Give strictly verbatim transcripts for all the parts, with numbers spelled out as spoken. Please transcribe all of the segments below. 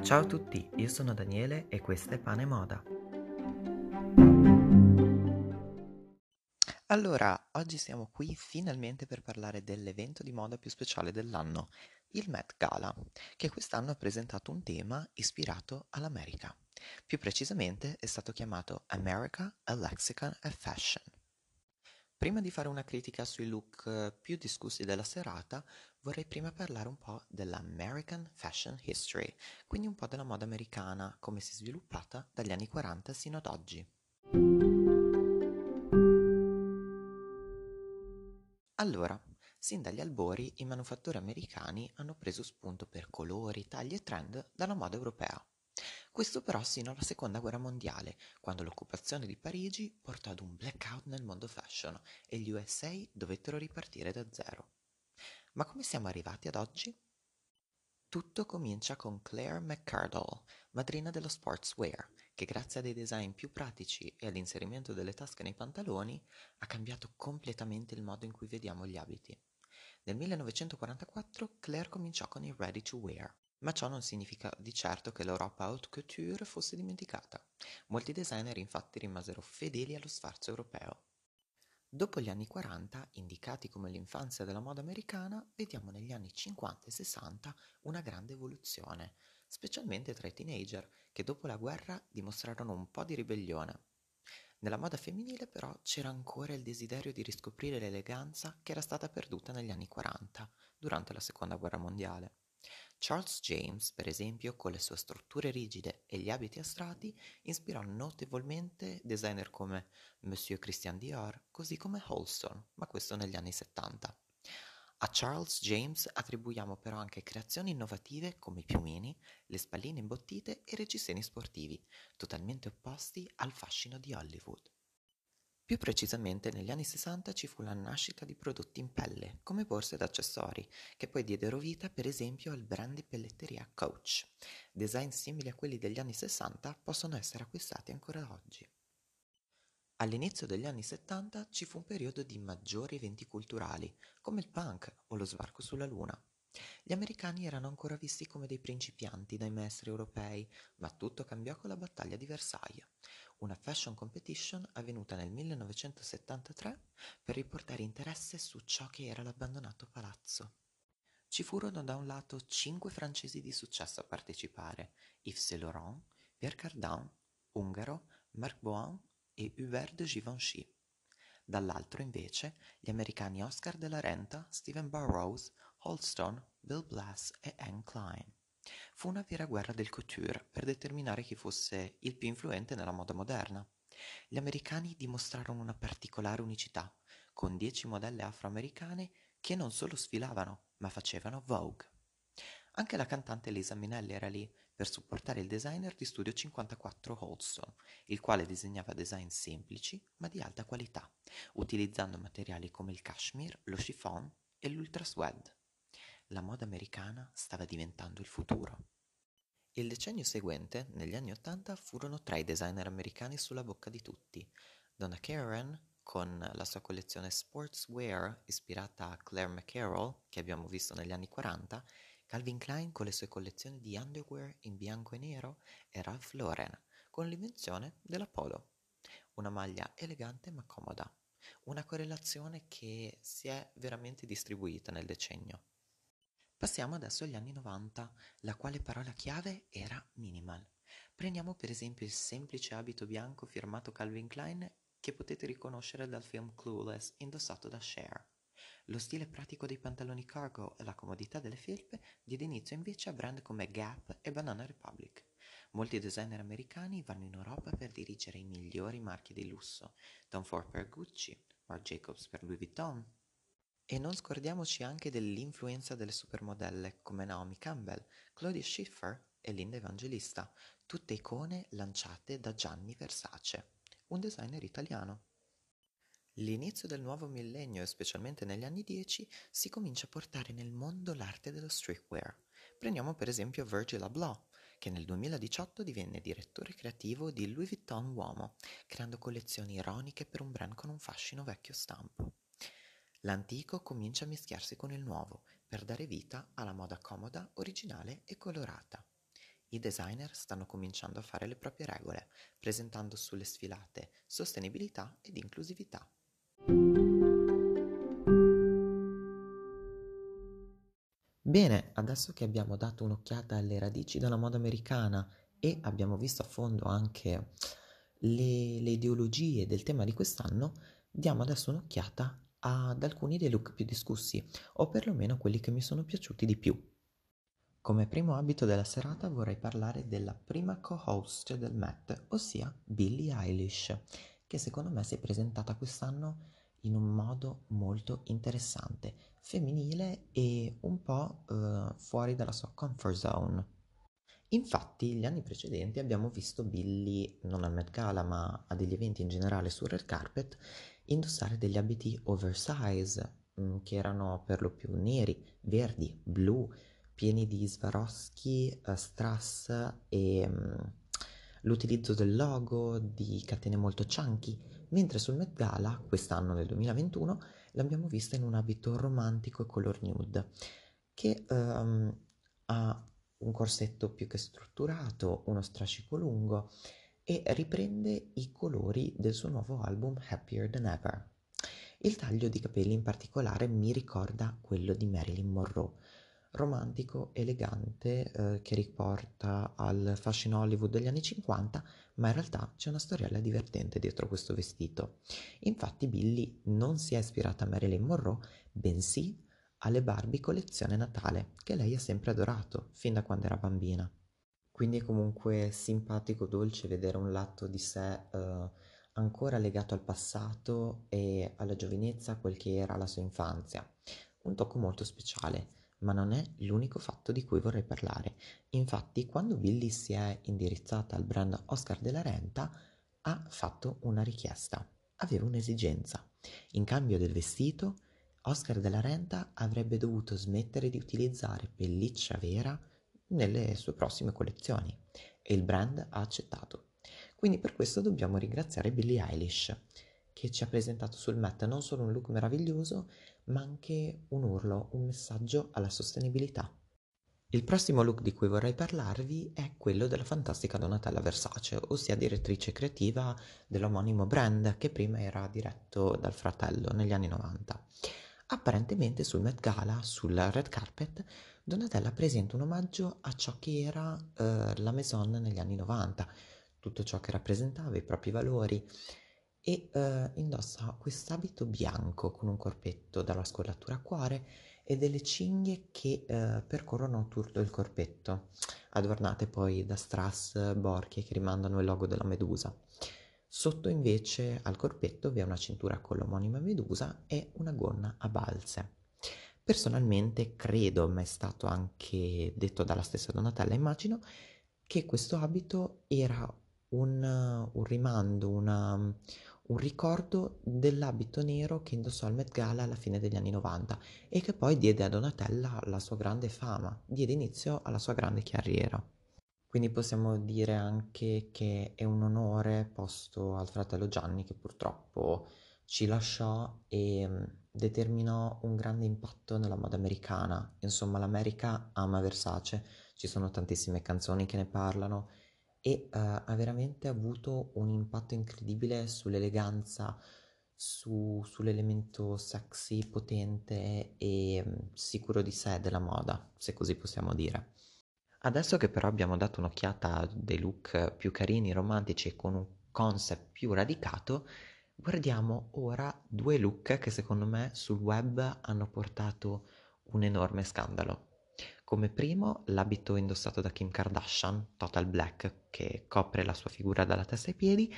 Ciao a tutti, io sono Daniele e questo è Pane Moda. Allora, oggi siamo qui finalmente per parlare dell'evento di moda più speciale dell'anno, il Met Gala, che quest'anno ha presentato un tema ispirato all'America. Più precisamente è stato chiamato America, a Lexicon of Fashion. Prima di fare una critica sui look eh, più discussi della serata, vorrei prima parlare un po' dell'American Fashion History, quindi un po' della moda americana, come si è sviluppata dagli anni quaranta sino ad oggi. Allora, sin dagli albori i manufattori americani hanno preso spunto per colori, tagli e trend dalla moda europea. Questo però sino alla seconda guerra mondiale, quando l'occupazione di Parigi portò ad un blackout nel mondo fashion e gli U S A dovettero ripartire da zero. Ma come siamo arrivati ad oggi? Tutto comincia con Claire McCardle, madrina dello sportswear, che grazie a dei design più pratici e all'inserimento delle tasche nei pantaloni ha cambiato completamente il modo in cui vediamo gli abiti. Nel millenovecentoquarantaquattro Claire cominciò con il ready to wear, ma ciò non significa di certo che l'Europa haute couture fosse dimenticata. Molti designer infatti rimasero fedeli allo sfarzo europeo. Dopo gli anni quaranta, indicati come l'infanzia della moda americana, vediamo negli anni cinquanta e sessanta una grande evoluzione, specialmente tra i teenager, che dopo la guerra dimostrarono un po' di ribellione. Nella moda femminile però c'era ancora il desiderio di riscoprire l'eleganza che era stata perduta negli anni quaranta, durante la seconda guerra mondiale. Charles James, per esempio, con le sue strutture rigide e gli abiti a strati, ispirò notevolmente designer come Monsieur Christian Dior, così come Halston, ma questo negli anni settanta. A Charles James attribuiamo però anche creazioni innovative come i piumini, le spalline imbottite e i reggiseni sportivi, totalmente opposti al fascino di Hollywood. Più precisamente negli anni sessanta ci fu la nascita di prodotti in pelle, come borse ed accessori, che poi diedero vita per esempio al brand di pelletteria Coach. Design simili a quelli degli anni sessanta possono essere acquistati ancora oggi. All'inizio degli anni settanta ci fu un periodo di maggiori eventi culturali, come il punk o lo sbarco sulla Luna. Gli americani erano ancora visti come dei principianti dai maestri europei, ma tutto cambiò con la battaglia di Versailles, una fashion competition avvenuta nel millenovecentosettantatré per riportare interesse su ciò che era l'abbandonato palazzo. Ci furono da un lato cinque francesi di successo a partecipare: Yves Saint Laurent, Pierre Cardin, Ungaro, Marc Bohan e Hubert de Givenchy. Dall'altro, invece, gli americani Oscar de la Renta, Stephen Burrows, Halston, Bill Blass e Anne Klein. Fu una vera guerra del couture per determinare chi fosse il più influente nella moda moderna. Gli americani dimostrarono una particolare unicità, con dieci modelle afroamericane che non solo sfilavano, ma facevano Vogue. Anche la cantante Lisa Minnelli era lì per supportare il designer di Studio cinquantaquattro Halston, il quale disegnava design semplici ma di alta qualità, utilizzando materiali come il cashmere, lo chiffon e l'ultra suede. La moda americana stava diventando il futuro. Il decennio seguente, negli anni Ottanta, furono tre i designer americani sulla bocca di tutti: Donna Karan con la sua collezione sportswear ispirata a Claire McCarroll, che abbiamo visto negli anni quaranta, Calvin Klein con le sue collezioni di underwear in bianco e nero e Ralph Lauren con l'invenzione della polo, una maglia elegante ma comoda, una correlazione che si è veramente distribuita nel decennio. Passiamo adesso agli anni novanta, la quale parola chiave era minimal. Prendiamo per esempio il semplice abito bianco firmato Calvin Klein che potete riconoscere dal film Clueless indossato da Cher. Lo stile pratico dei pantaloni cargo e la comodità delle felpe diede inizio invece a brand come Gap e Banana Republic. Molti designer americani vanno in Europa per dirigere i migliori marchi di lusso: Tom Ford per Gucci, Marc Jacobs per Louis Vuitton. E non scordiamoci anche dell'influenza delle supermodelle come Naomi Campbell, Claudia Schiffer e Linda Evangelista, tutte icone lanciate da Gianni Versace, un designer italiano. L'inizio del nuovo millennio, e specialmente negli anni dieci, si comincia a portare nel mondo l'arte dello streetwear. Prendiamo per esempio Virgil Abloh, che nel duemiladiciotto divenne direttore creativo di Louis Vuitton Uomo, creando collezioni ironiche per un brand con un fascino vecchio stampo. L'antico comincia a mischiarsi con il nuovo, per dare vita alla moda comoda, originale e colorata. I designer stanno cominciando a fare le proprie regole, presentando sulle sfilate sostenibilità ed inclusività. Bene, adesso che abbiamo dato un'occhiata alle radici della moda americana e abbiamo visto a fondo anche le, le ideologie del tema di quest'anno, diamo adesso un'occhiata ad alcuni dei look più discussi, o perlomeno quelli che mi sono piaciuti di più. Come primo abito della serata vorrei parlare della prima co-host del Met, ossia Billie Eilish, che secondo me si è presentata quest'anno in un modo molto interessante, femminile e un po' eh, fuori dalla sua comfort zone. Infatti, gli anni precedenti abbiamo visto Billie, non al Met Gala ma a degli eventi in generale sul red carpet, indossare degli abiti oversize, mh, che erano per lo più neri, verdi, blu, pieni di Swarovski, eh, strass e mh, l'utilizzo del logo, di catene molto chunky, mentre sul Met Gala, quest'anno nel duemilaventuno, l'abbiamo vista in un abito romantico e color nude, che ehm, ha un corsetto più che strutturato, uno strascico lungo e riprende i colori del suo nuovo album Happier Than Ever. Il taglio di capelli in particolare mi ricorda quello di Marilyn Monroe, romantico, elegante, eh, che riporta al fascino Hollywood degli anni cinquanta, ma in realtà c'è una storiella divertente dietro questo vestito. Infatti Billie non si è ispirata a Marilyn Monroe, bensì alle Barbie collezione Natale, che lei ha sempre adorato, fin da quando era bambina. Quindi è comunque simpatico, dolce vedere un lato di sé eh, ancora legato al passato e alla giovinezza, quel che era la sua infanzia. Un tocco molto speciale, ma non è l'unico fatto di cui vorrei parlare. Infatti, quando Billie si è indirizzata al brand Oscar de la Renta, ha fatto una richiesta, aveva un'esigenza. In cambio del vestito, Oscar de la Renta avrebbe dovuto smettere di utilizzare pelliccia vera nelle sue prossime collezioni e il brand ha accettato. Quindi per questo dobbiamo ringraziare Billie Eilish, che ci ha presentato sul Met non solo un look meraviglioso, ma anche un urlo, un messaggio alla sostenibilità. Il prossimo look di cui vorrei parlarvi è quello della fantastica Donatella Versace, ossia direttrice creativa dell'omonimo brand che prima era diretto dal fratello negli anni novanta. Apparentemente sul Met Gala, sul red carpet, Donatella presenta un omaggio a ciò che era eh, la Maison negli anni novanta, tutto ciò che rappresentava i propri valori e eh, indossa quest'abito bianco con un corpetto dalla scollatura a cuore e delle cinghie che eh, percorrono tutto il corpetto, adornate poi da strass borchie che rimandano il logo della Medusa. Sotto invece al corpetto vi è una cintura con l'omonima Medusa e una gonna a balze. Personalmente credo, ma è stato anche detto dalla stessa Donatella, immagino, che questo abito era un, un rimando, una, un ricordo dell'abito nero che indossò al Met Gala alla fine degli anni novanta e che poi diede a Donatella la sua grande fama, diede inizio alla sua grande carriera. Quindi possiamo dire anche che è un onore posto al fratello Gianni che purtroppo ci lasciò e mh, determinò un grande impatto nella moda americana. Insomma, l'America ama Versace, ci sono tantissime canzoni che ne parlano e eh, ha veramente avuto un impatto incredibile sull'eleganza, su- sull'elemento sexy, potente e mh, sicuro di sé della moda, se così possiamo dire. Adesso che però abbiamo dato un'occhiata a dei look più carini, romantici e con un concept più radicato, guardiamo ora due look che secondo me sul web hanno portato un enorme scandalo. Come primo, l'abito indossato da Kim Kardashian, Total Black, che copre la sua figura dalla testa ai piedi,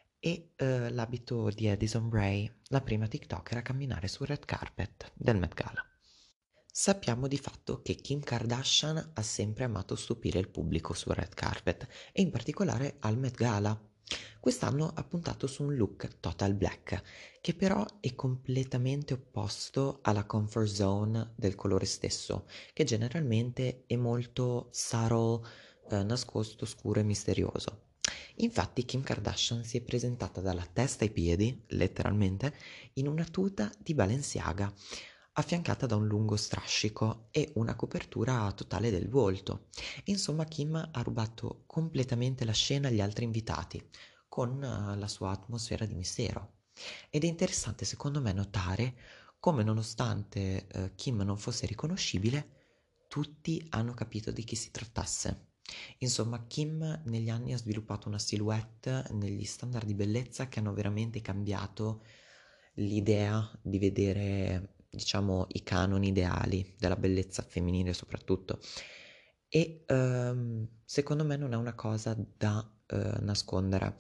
e eh, l'abito di Addison Rae, la prima TikToker a camminare sul red carpet del Met Gala. Sappiamo di fatto che Kim Kardashian ha sempre amato stupire il pubblico sul red carpet e in particolare al Met Gala. Quest'anno ha puntato su un look total black, che però è completamente opposto alla comfort zone del colore stesso, che generalmente è molto subtle, eh, nascosto, scuro e misterioso. Infatti Kim Kardashian si è presentata dalla testa ai piedi, letteralmente, in una tuta di Balenciaga, affiancata da un lungo strascico e una copertura totale del volto. Insomma, Kim ha rubato completamente la scena agli altri invitati, con eh, la sua atmosfera di mistero. Ed è interessante secondo me notare come nonostante eh, Kim non fosse riconoscibile, tutti hanno capito di chi si trattasse. Insomma, Kim negli anni ha sviluppato una silhouette negli standard di bellezza che hanno veramente cambiato l'idea di vedere, diciamo, i canoni ideali della bellezza femminile soprattutto. E ehm, secondo me non è una cosa da eh, nascondere.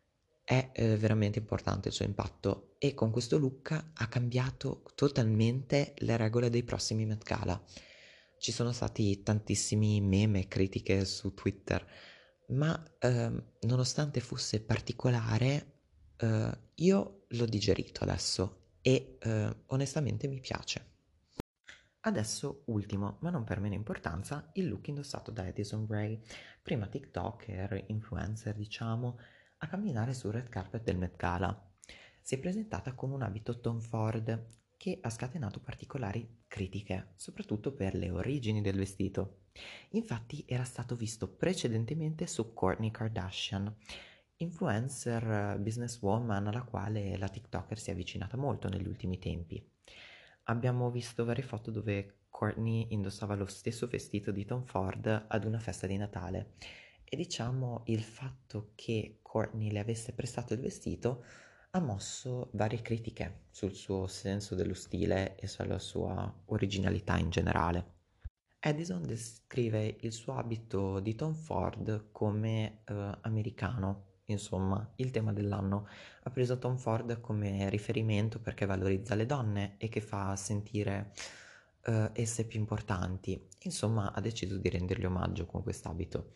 È eh, veramente importante il suo impatto e con questo look ha cambiato totalmente le regole dei prossimi Met Gala. Ci sono stati tantissimi meme e critiche su Twitter, ma ehm, nonostante fosse particolare, eh, io l'ho digerito adesso e eh, onestamente mi piace. Adesso, ultimo, ma non per meno importanza, il look indossato da Addison Rae, prima TikToker, influencer diciamo, a camminare sul red carpet del Met Gala. Si è presentata con un abito Tom Ford che ha scatenato particolari critiche, soprattutto per le origini del vestito. Infatti era stato visto precedentemente su Kourtney Kardashian, influencer eh, businesswoman alla quale la TikToker si è avvicinata molto negli ultimi tempi. Abbiamo visto varie foto dove Kourtney indossava lo stesso vestito di Tom Ford ad una festa di Natale e diciamo il fatto che Kourtney le avesse prestato il vestito ha mosso varie critiche sul suo senso dello stile e sulla sua originalità in generale. Addison descrive il suo abito di Tom Ford come eh, americano, insomma, il tema dell'anno. Ha preso Tom Ford come riferimento perché valorizza le donne e che fa sentire eh, esse più importanti. Insomma, ha deciso di rendergli omaggio con quest'abito.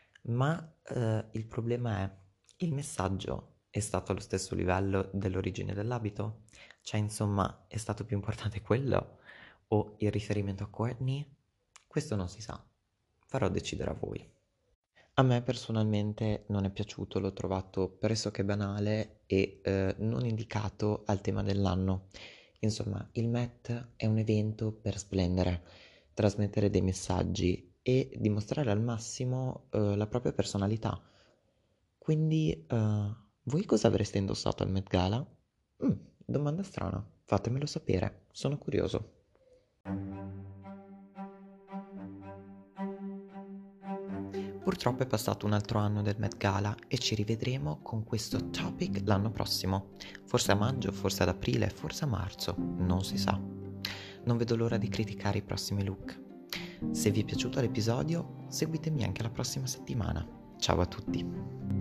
Ma eh, il problema è, il messaggio è stato allo stesso livello dell'origine dell'abito? Cioè, insomma, è stato più importante quello o il riferimento a Courtney? Questo non si sa, farò decidere a voi. A me personalmente non è piaciuto, l'ho trovato pressoché banale e eh, non indicato al tema dell'anno. Insomma, il Met è un evento per splendere, trasmettere dei messaggi e dimostrare al massimo eh, la propria personalità. Quindi, eh, voi cosa avreste indossato al Met Gala? Mm, domanda strana, fatemelo sapere, sono curioso. Purtroppo è passato un altro anno del Met Gala e ci rivedremo con questo topic l'anno prossimo. Forse a maggio, forse ad aprile, forse a marzo, non si sa. Non vedo l'ora di criticare i prossimi look. Se vi è piaciuto l'episodio, seguitemi anche la prossima settimana. Ciao a tutti!